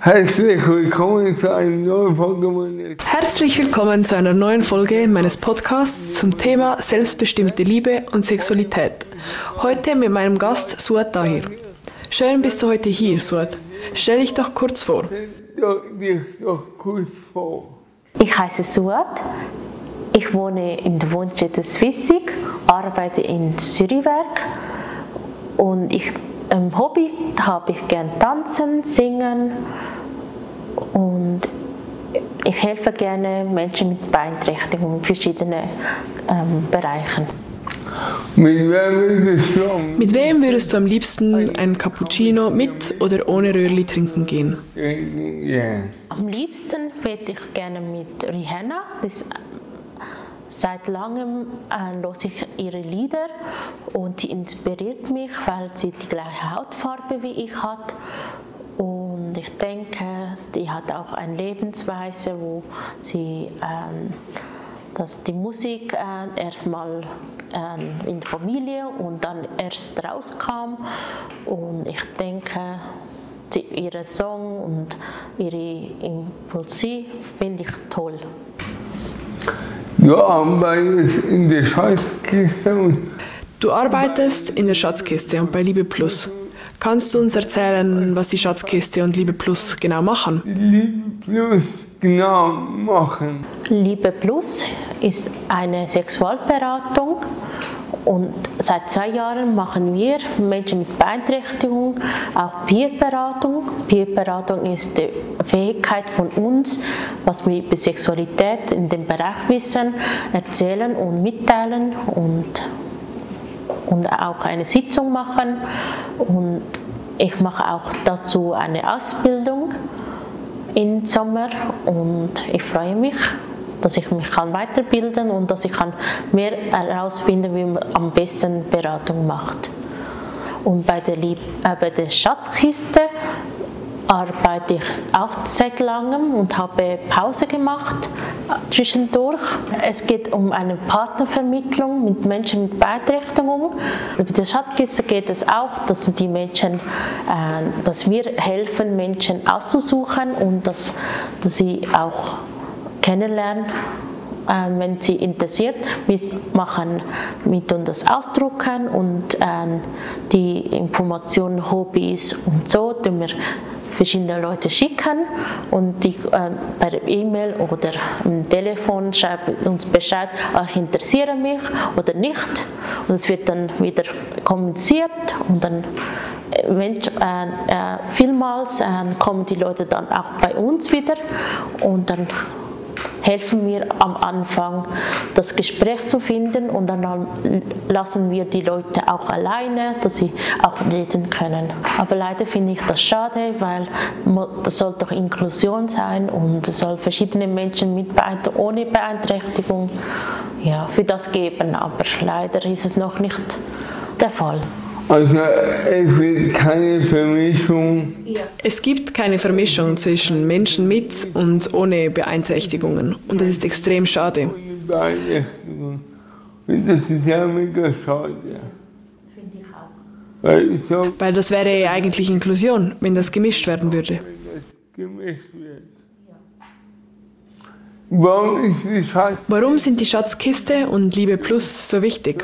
Herzlich willkommen zu einer neuen Folge Herzlich willkommen zu einer neuen Folge meines Podcasts zum Thema selbstbestimmte Liebe und Sexualität. Heute mit meinem Gast Suad Dahir. Schön bist du heute hier, Suad. Stell dich doch kurz vor. Ich heiße Suad. Ich wohne in der Wohnstätte Swissig, arbeite in Zürichwerk und Hobby habe ich gern tanzen, singen und ich helfe gerne Menschen mit Beeinträchtigungen in verschiedenen Bereichen. Mit wem würdest du am liebsten einen Cappuccino mit oder ohne Röhrli trinken gehen? Am liebsten würde ich gerne mit Rihanna. Seit langem höre ich ihre Lieder und sie inspiriert mich, weil sie die gleiche Hautfarbe wie ich hat. Und ich denke, die hat auch eine Lebensweise, wo sie dass die Musik erstmal in der Familie und dann erst rauskam. Und ich denke, ihre Song und ihre Impulse finde ich toll. Du arbeitest in der Schatzkiste. Du arbeitest in der Schatzkiste und bei Liebe Plus. Kannst du uns erzählen, was die Schatzkiste und Liebe Plus genau machen? Liebe Plus ist eine Sexualberatung und seit 2 Jahren machen wir Menschen mit Beeinträchtigung auch Peerberatung. Peerberatung ist die Fähigkeit von uns, was wir über Sexualität in dem Bereich wissen, erzählen und mitteilen und auch eine Sitzung machen. Und ich mache auch dazu eine Ausbildung im Sommer und ich freue mich, dass ich mich weiterbilden kann und dass ich mehr herausfinden, wie man am besten Beratung macht. Und bei der Schatzkiste arbeite ich auch seit langem und habe Pause gemacht zwischendurch. Es geht um eine Partnervermittlung mit Menschen mit Beeinträchtigung. Bei der Schatzkiste geht es auch, dass wir helfen, Menschen auszusuchen und dass sie auch kennenlernen, wenn sie interessiert. Wir machen mit uns das Ausdrucken und die Informationen, Hobbys und so, die wir verschiedene Leute schicken und die per E-Mail oder am Telefon schreiben uns Bescheid, ich interessiere mich oder nicht. Und es wird dann wieder kommuniziert und dann vielmals kommen die Leute dann auch bei uns wieder und dann helfen wir am Anfang, das Gespräch zu finden und dann lassen wir die Leute auch alleine, dass sie auch reden können. Aber leider finde ich das schade, weil das soll doch Inklusion sein und es soll verschiedene Menschen mit ohne Beeinträchtigung für das geben, aber leider ist es noch nicht der Fall. Also es wird keine Vermischung. Es gibt keine Vermischung zwischen Menschen mit und ohne Beeinträchtigungen und das ist extrem schade. Und das ist ja mega schade. Finde ich auch. Weil das wäre ja eigentlich Inklusion, wenn das gemischt werden würde. Warum sind die Schatzkiste und Liebe Plus so wichtig?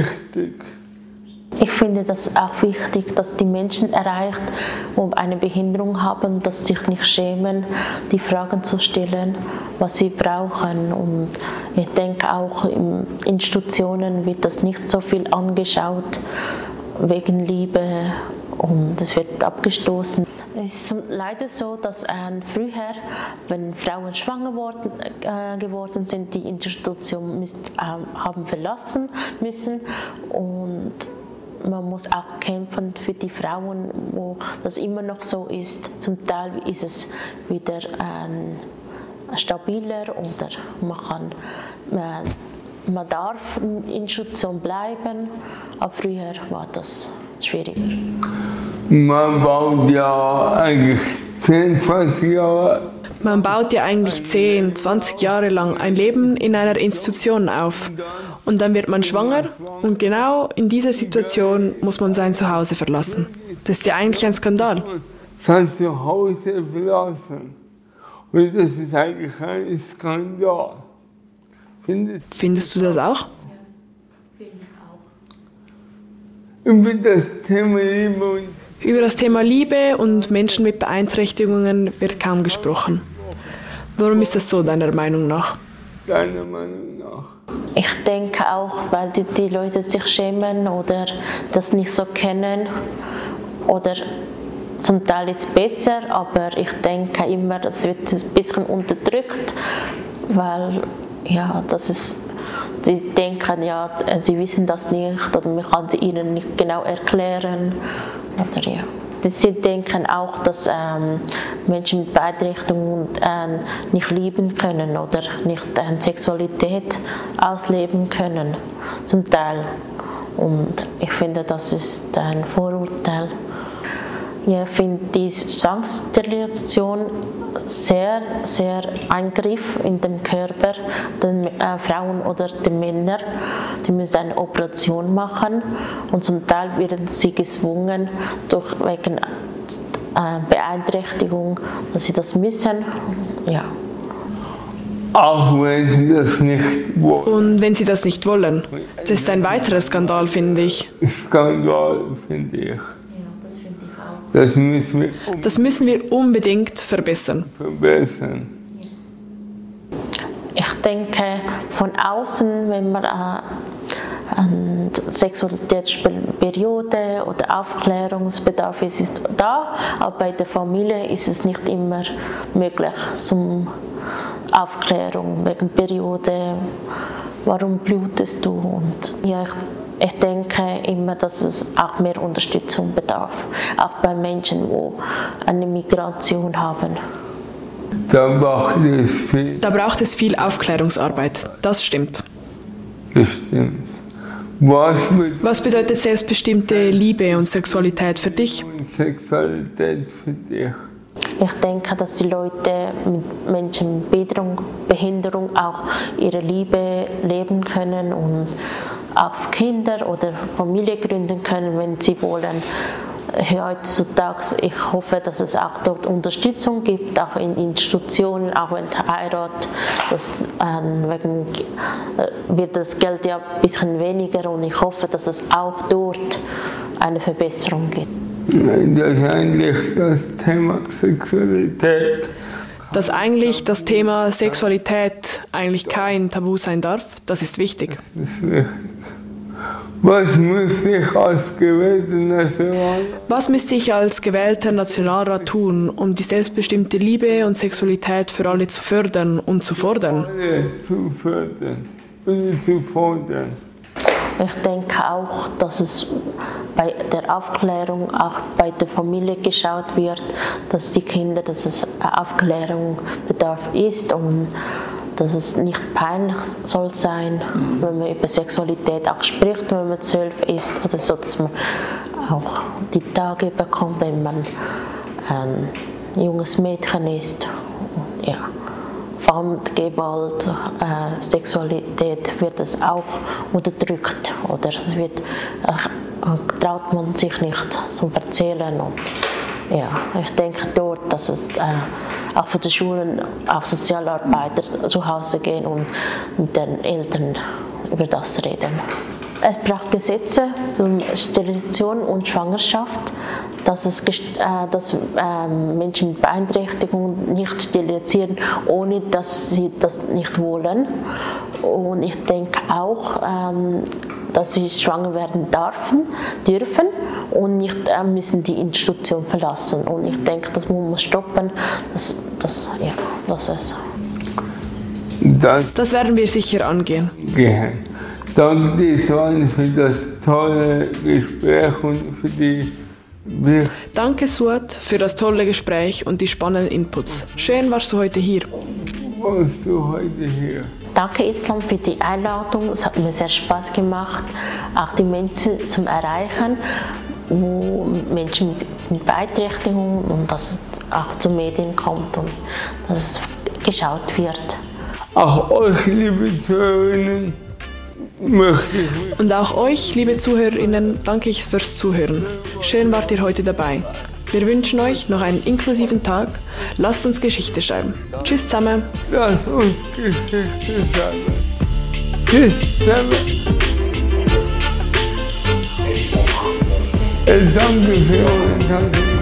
Ich finde das auch wichtig, dass die Menschen erreicht, die eine Behinderung haben, dass sich nicht schämen, die Fragen zu stellen, was sie brauchen. Und ich denke auch in Institutionen wird das nicht so viel angeschaut wegen Liebe und es wird abgestoßen. Es ist leider so, dass früher, wenn Frauen schwanger geworden sind, die Institution haben verlassen müssen und man muss auch kämpfen für die Frauen, wo das immer noch so ist. Zum Teil ist es wieder stabiler oder man darf in Institution bleiben, aber früher war das schwieriger. Man baut ja eigentlich 10, 20 Jahre. Man baut ja eigentlich 10, 20 Jahre lang ein Leben in einer Institution auf. Und dann wird man schwanger und genau in dieser Situation muss man sein Zuhause verlassen. Das ist ja eigentlich ein Skandal. sein Zuhause verlassen. Und das ist eigentlich ein Skandal. Findest du das auch? Über das Thema Liebe und Über das Thema Liebe und Menschen mit Beeinträchtigungen wird kaum gesprochen. Warum ist das so, deiner Meinung nach? deiner Meinung nach? Ich denke auch, weil die Leute sich schämen oder das nicht so kennen oder zum Teil ist es besser, aber ich denke immer, das wird ein bisschen unterdrückt, weil ja, das ist, die denken ja, sie wissen das nicht oder man kann es ihnen nicht genau erklären oder ja. Sie denken auch, dass Menschen mit Beeinträchtigungen nicht lieben können oder nicht Sexualität ausleben können, zum Teil. Und ich finde, das ist ein Vorurteil. Ich finde die Zwangssterilisation sehr, sehr Eingriff in den Körper der Frauen oder der Männer. Die müssen eine Operation machen und zum Teil werden sie gezwungen wegen Beeinträchtigung, dass sie das müssen. Ja. Auch wenn sie das nicht wollen. Und wenn sie das nicht wollen, das ist ein weiterer Skandal, finde ich. Skandal, finde ich. Das finde ich auch. Das müssen wir Das müssen wir unbedingt verbessern. verbessern. Ich denke, von außen, wenn man eine Sexualitätsperiode oder Aufklärungsbedarf ist da, aber bei der Familie ist es nicht immer möglich zum Aufklärung wegen Periode, warum blutest du und ja, ich denke immer, dass es auch mehr Unterstützung bedarf, auch bei Menschen, die eine Migration haben. Da braucht es viel Aufklärungsarbeit. Das stimmt. Bestimmt. Was bedeutet selbstbestimmte Liebe und Sexualität für dich? Sexualität für dich? Ich denke, dass die Leute mit Menschen mit Behinderung auch ihre Liebe leben können und auch Kinder oder Familie gründen können, wenn sie wollen. Heutzutage, ich hoffe, dass es auch dort Unterstützung gibt, auch in Institutionen, auch wenn die Heirat, wird das Geld ja ein bisschen weniger und ich hoffe, dass es auch dort eine Verbesserung gibt. Dass eigentlich das Thema Sexualität, Dass eigentlich das Thema Sexualität eigentlich kein Tabu sein darf, das ist wichtig. ist wichtig. Was muss ich als gewählter Nationalrat Was müsste ich als gewählter Nationalrat tun, um die selbstbestimmte Liebe und Sexualität für alle zu fördern und zu fordern? zu fördern und zu fordern? Ich denke auch, dass es bei der Aufklärung auch bei der Familie geschaut wird, dass die Kinder, dass es Aufklärungsbedarf ist und dass es nicht peinlich soll sein, wenn man über Sexualität auch spricht, wenn man 12 ist oder so, dass man auch die Tage bekommt, wenn man ein junges Mädchen ist. Und ja. Gewalt, Sexualität wird es auch unterdrückt oder es wird, traut man sich nicht zu erzählen. Und, ja, ich denke dort, dass es auch von den Schulen auch Sozialarbeiter zu Hause gehen und mit den Eltern über das reden. Es braucht Gesetze zur Sterilisation und Schwangerschaft, dass Menschen mit Beeinträchtigungen nicht sterilisieren, ohne dass sie das nicht wollen. Und ich denke auch, dass sie schwanger werden dürfen und nicht müssen die Institution verlassen. Und ich denke, das muss man stoppen. Das ist. Das werden wir sicher angehen. Danke dir, Suat, für das tolle Gespräch und für die Danke, Suat, für das tolle Gespräch und die spannenden Inputs. Schön warst du heute hier. Warst du heute hier? Danke, Islam, für die Einladung. Es hat mir sehr Spaß gemacht, auch die Menschen zu erreichen, wo Menschen mit Beeinträchtigungen und dass es auch zu Medien kommt und dass es geschaut wird. Auch euch, liebe Zuhörerinnen, Und auch euch, liebe ZuhörerInnen, danke ich fürs Zuhören. Schön wart ihr heute dabei. Wir wünschen euch noch einen inklusiven Tag. Lasst uns Geschichte schreiben. Tschüss zusammen. Lass uns Geschichte schreiben. Tschüss zusammen. Danke für eure Danke.